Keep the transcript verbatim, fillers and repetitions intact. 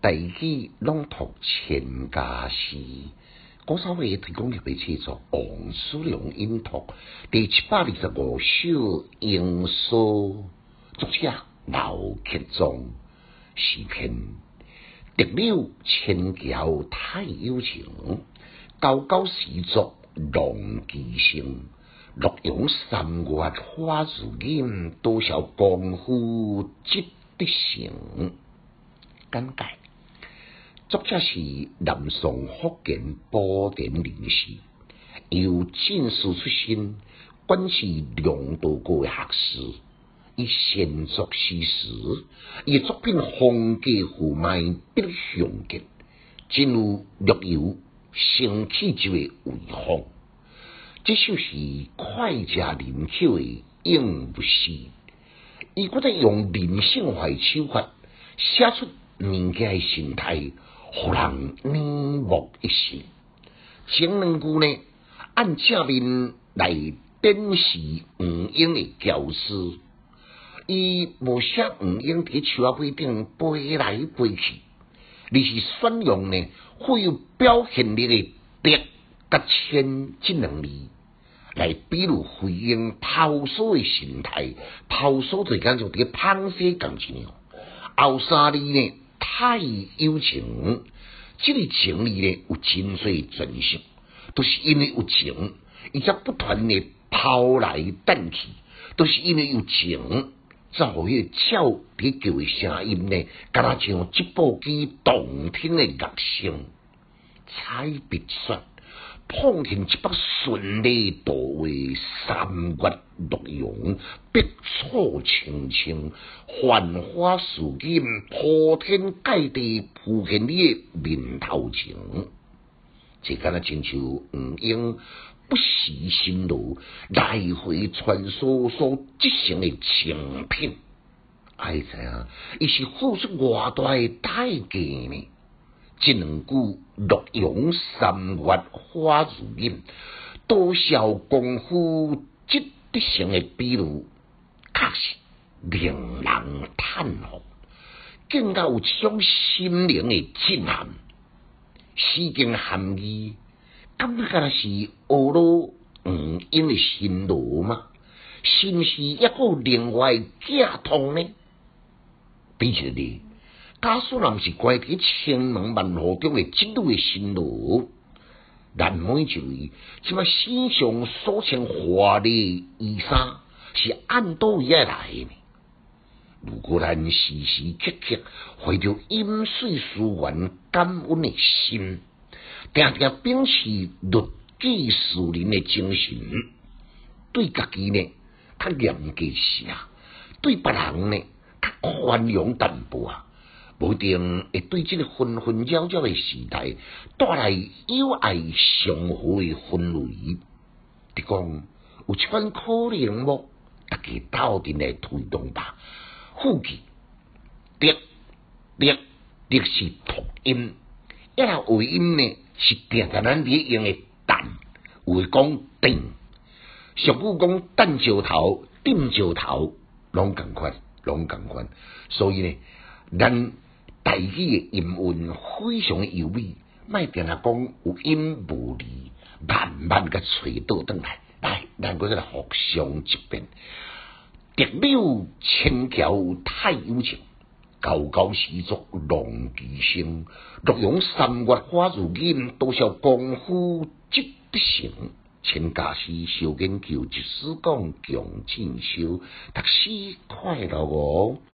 大器朗读千家诗，古早味提供给被写作王叔良音读第七百二十五首英书，作者刘克忠，诗篇特柳千桥太幽情，高高时作浪寄声。洛阳三月花如锦，多少功夫积德成。简介：作者是南宋福建宝典人士，由进士出身，官是梁道国的学士。伊先作诗时，伊作品风格豪迈，笔雄杰，真有略有生气节的威风。这首诗脍炙人口的咏物诗，伊搁再用人性化的手法写出物件的形态，互人耳目一新。前两句呢，按正面来展示黄莺的娇姿，伊无写黄莺伫树仔尾顶飞来飞去，而是选用呢富有表现力的蝶甲千这两字来比喻飞鹰抛梭的形态。抛梭就讲像伫螃蟹共一样。后三字呢，太幽情，这个情字呢有真侪传承，都、就是因为有情，伊才不断的抛来弹去，都、就是因为有情，才互迄鸟伫叫的声音呢，敢若像一部机动听的乐声。彩笔刷碰现一幅顺利到位，三月洛阳，碧草青青，繁花似锦，铺天盖地铺现你的面头前。这敢若亲像黄莺不时心路，来回穿梭所织成的情品。爱知影，伊是付出偌大的代价呢？这两句洛阳三月花如锦，多少功夫积德成的比喻，确实令人叹服，更加有一种心灵的震撼。诗经含义，感觉敢是婀娜黄莺的新罗吗？是毋是抑有另外假通呢？比起来，假使若毋是关伫千门万户中的一缕的新罗，咱每一位即摆身上所穿华丽衣衫，是按倒位来呢？如果咱时时刻刻怀着饮水思源感恩的心，定定秉持律己事人的精神，对家己呢较严格些啊，对别人呢较宽容淡薄啊，无一定会对这个纷纷扰扰的时代带来友爱祥和的氛围。你讲有一款可能无？大家斗阵来推动吧。副句德德德是读音，一来尾音呢是定定咱咧用的蛋，有诶讲定，俗语讲蛋石头、定石头，拢共款，拢共款。所以呢，咱台语的音韵非常的优美，莫定定讲有音无字，慢慢甲揣倒转来。来，咱搁再来互相一遍。特柳千桥太幽情，高高时作浪寄声。洛阳三月花如锦，多少功夫积德成。千家诗小研究，一史讲强进修，读书快乐哦。